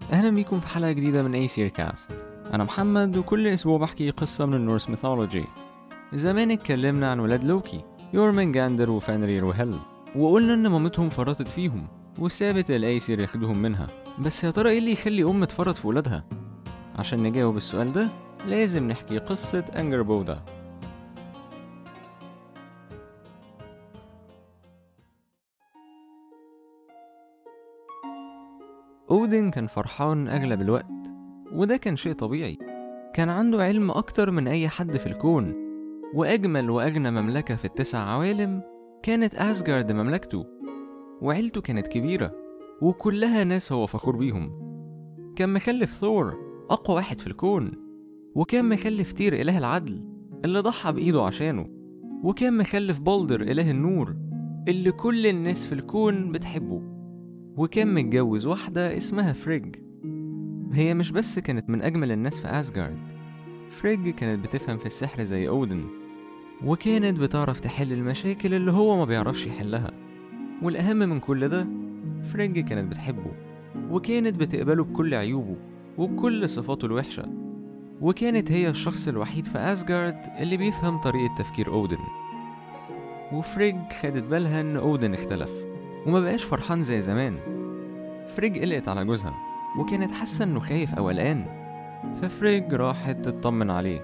أهلا بيكم في حلقة جديدة من أيسير كاست. أنا محمد وكل أسبوع بحكي قصة من النورس ميثولوجي. زمان اتكلمنا عن ولاد لوكي يورمنجاندر وفانرير وهل، وقلنا إن مامتهم فرطت فيهم وسابت الأيسير ياخدوهم منها. بس يا ترى إيه اللي يخلي أم تفرط في ولادها؟ عشان نجاوب السؤال ده لازم نحكي قصة أنجربودا. أودن كان فرحان أغلب الوقت، وده كان شيء طبيعي. كان عنده علم أكتر من أي حد في الكون، وأجمل وأغنى مملكة في ال9 عوالم كانت أسجارد مملكته، وعيلته كانت كبيرة وكلها ناس هو فخور بيهم. كان مخلف ثور أقوى واحد في الكون، وكان مخلف تير إله العدل اللي ضحى بإيده عشانه، وكان مخلف بولدر إله النور اللي كل الناس في الكون بتحبه، وكان متجوز واحدة اسمها فريج. هي مش بس كانت من أجمل الناس في أسجارد، فريج كانت بتفهم في السحر زي أودن، وكانت بتعرف تحل المشاكل اللي هو ما بيعرفش يحلها. والأهم من كل ده، فريج كانت بتحبه وكانت بتقبله بكل عيوبه وبكل صفاته الوحشة، وكانت هي الشخص الوحيد في أسجارد اللي بيفهم طريقة تفكير أودن. وفريج خدت بالها إن أودن اختلف وما بقاش فرحان زي زمان. فريج قلقت على جوزها وكانت حاسة إنه خايف أو قلقان، ففريج راحت تطمن عليه.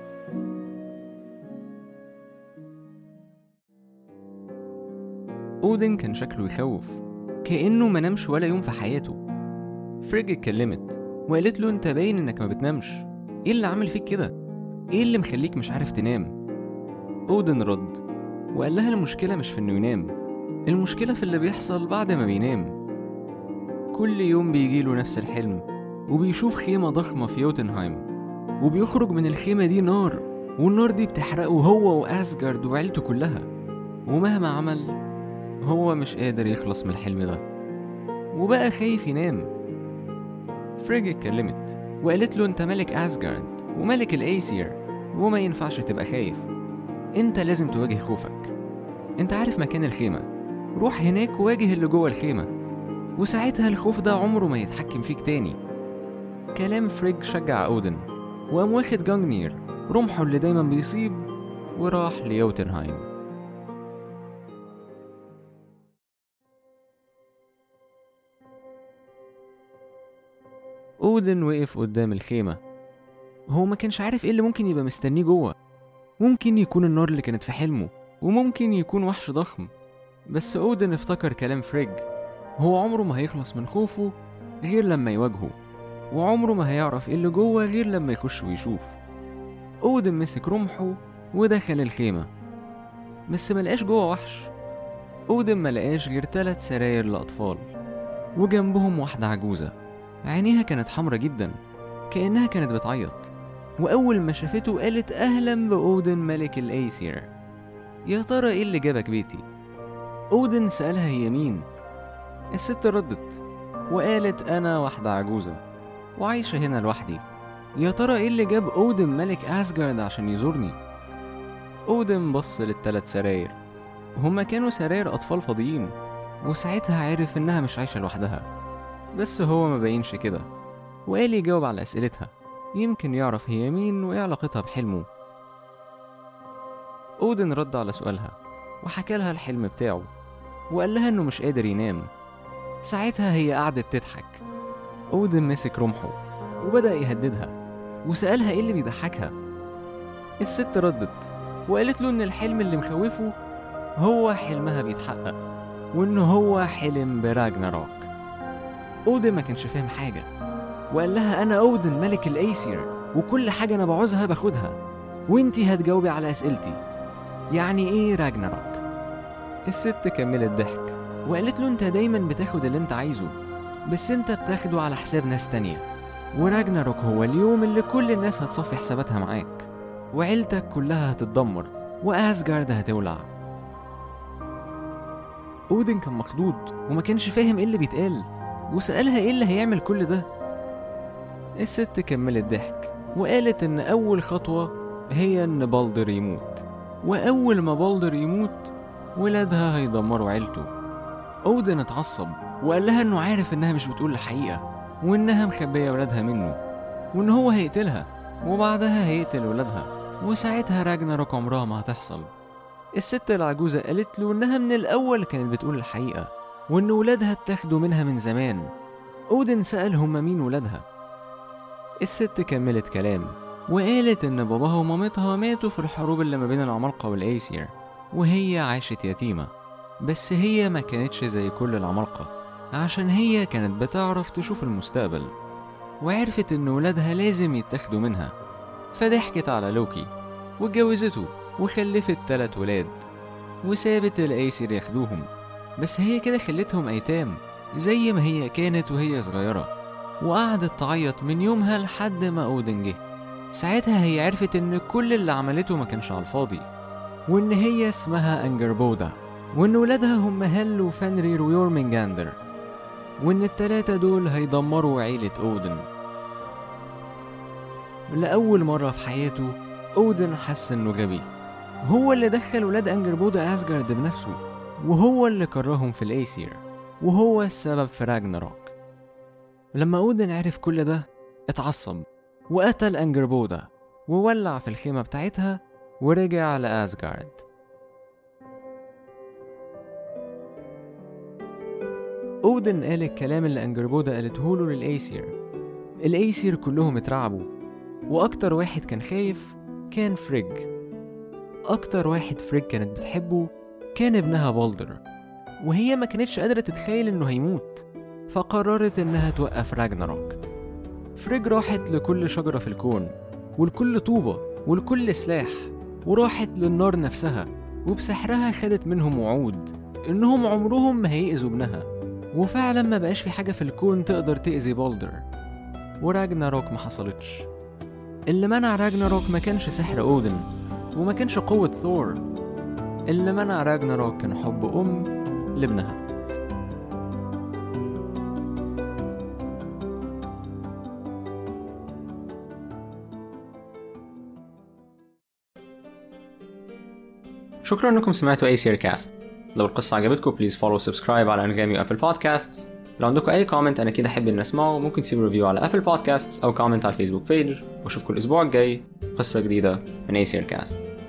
أودن كان شكله يخوف، كأنه ما نامش ولا يوم في حياته. فريج اتكلمت وقالت له انت باين انك ما بتنامش، ايه اللي عامل فيك كده؟ ايه اللي مخليك مش عارف تنام؟ أودن رد وقال لها المشكلة مش في انه ينام، المشكلة في اللي بيحصل بعد ما بينام. كل يوم بيجيله نفس الحلم، وبيشوف خيمة ضخمة في يوتنهايم، وبيخرج من الخيمة دي نار، والنار دي بتحرقه هو وأسجارد وعيلته كلها، ومهما عمل هو مش قادر يخلص من الحلم ده، وبقى خايف ينام. فريج اتكلمت وقالت له انت ملك أسجارد وملك الأيسير، وما ينفعش تبقى خايف، انت لازم تواجه خوفك. انت عارف مكان الخيمة، روح هناك وواجه اللي جوه الخيمة، وساعتها الخوف ده عمره ما يتحكم فيك تاني. كلام فريج شجع أودن، وقام واخد جانجنير رمحه اللي دايما بيصيب وراح ليوتنهايم. أودن وقف قدام الخيمة، هو ما كانش عارف ايه اللي ممكن يبقى مستنيه جوه. ممكن يكون النار اللي كانت في حلمه، وممكن يكون وحش ضخم. بس أودن افتكر كلام فريج، هو عمره ما هيخلص من خوفه غير لما يواجهه، وعمره ما هيعرف ايه اللي جوه غير لما يخش ويشوف. أودن مسك رمحه ودخل الخيمة، بس ملقاش جوه وحش. أودن ملقاش غير 3 سراير لأطفال، وجنبهم واحدة عجوزة عينيها كانت حمرة جدا كأنها كانت بتعيط. وأول ما شافته قالت أهلا بأودن ملك الأيسير، يا ترى إيه اللي جابك بيتي؟ أودن سألها هي مين؟ الست ردت وقالت أنا واحدة عجوزة وعايشة هنا لوحدي، يا ترى إيه اللي جاب أودن ملك أسجارد عشان يزورني؟ أودن بص لل3 سراير، هما كانوا سراير أطفال فاضيين، وساعتها عرف إنها مش عايشة لوحدها. بس هو ما بينش كده، وقال يجاوب على أسئلتها يمكن يعرف هي مين وإيه علاقتها بحلمه. أودن رد على سؤالها وحكى لها الحلم بتاعه، وقال لها إنه مش قادر ينام. ساعتها هي قعدت تضحك. أودن مسك رمحه وبدأ يهددها وسألها إيه اللي بيضحكها. الست ردت وقالت له إن الحلم اللي مخوفه هو حلمها بيتحقق، وإنه هو حلم براجناروك. أودن ما كانش فاهم حاجة، وقال لها أنا أودن ملك الأيسير، وكل حاجة أنا بعوزها باخدها، وإنتي هتجاوبي على أسئلتي، يعني إيه راجناروك؟ الست كملت ضحك وقالت له أنت دايما بتاخد اللي أنت عايزه، بس أنت بتاخده على حساب ناس تانية، وراجناروك هو اليوم اللي كل الناس هتصفي حساباتها معاك، وعيلتك كلها هتتدمر، وأسجارد هتولع. أودن كان مخضوض وما كانش فاهم إيه اللي بيتقال، وسألها إيه اللي هيعمل كل ده. الست كملت ضحك وقالت إن أول خطوة هي إن بولدر يموت، وأول ما بولدر يموت ولادها هيدمروا عيلته. أودن اتعصب وقال لها إنه عارف إنها مش بتقول الحقيقة، وإنها مخبية ولادها منه، وإن هو هيقتلها وبعدها هيقتل ولادها، وساعتها راجناروك عمرها ما هتحصل. الست العجوزة قالت له إنها من الأول كانت بتقول الحقيقة، وإن ولادها اتاخدوا منها من زمان. أودن سأل هما مين ولادها. الست كملت كلام وقالت إن باباها ومامتها ماتوا في الحروب اللي ما بين العمالقة والأيسير، وهي عاشت يتيمة. بس هي ما كانتش زي كل العمالقة، عشان هي كانت بتعرف تشوف المستقبل، وعرفت إن ولادها لازم يتاخدوا منها، فضحكت على لوكي واتجوزته وخلفت 3 ولاد، وسابت الأيسير ياخدوهم. بس هي كده خلتهم أيتام زي ما هي كانت وهي صغيرة، وقعدت تعيط من يومها لحد ما أودن جه. ساعتها هي عرفت إن كل اللي عملته ما كانش على الفاضي، وإن هي اسمها أنجربودا، وإن ولادها هم هل وفنرير ويورمنجاندر، وإن ال3 دول هيدمروا عيلة أودن. لأول مرة في حياته أودن حس إنه غبي، هو اللي دخل ولاد أنجربودا أسجارد بنفسه، وهو اللي كرههم في الأيسير، وهو السبب في راجناروك. لما أودن عرف كل ده اتعصب وقتل أنجربودا وولع في الخيمة بتاعتها ورجع لأسجارد. أودن قال الكلام اللي أنجربودا قالته له للأيسير. الأيسير كلهم اترعبوا، وأكتر واحد كان خايف كان فريج. أكتر واحد فريج كانت بتحبه كان ابنها بالدر، وهي ما كانتش قادرة تتخيل إنه هيموت، فقررت إنها توقف راجناروك. فريج راحت لكل شجرة في الكون، ولكل طوبة، ولكل سلاح، وراحت للنار نفسها، وبسحرها خدت منهم وعود إنهم عمرهم ما هيأذوا ابنها، وفعلا ما بقاش في حاجة في الكون تقدر تأذي بالدر، وراجناروك ما حصلتش. اللي منع راجناروك ما كانش سحر أودن، وما كانش قوة ثور. اللي منع راجناروك كان حب لابنها. شكرا انكم سمعتوا أيسير كاست. لو القصة عجبتكم بليز فولو سبسكرايب على أنغامي وأبل بودكاست. لو عندكم أي كومنت أنا كده أحب إن أسمعه، ممكن تسيبوا ريفيو على أبل بودكاست أو كومنت على الفيسبوك بيج. وأشوفكم الأسبوع الجاي قصة جديدة من أيسير كاست.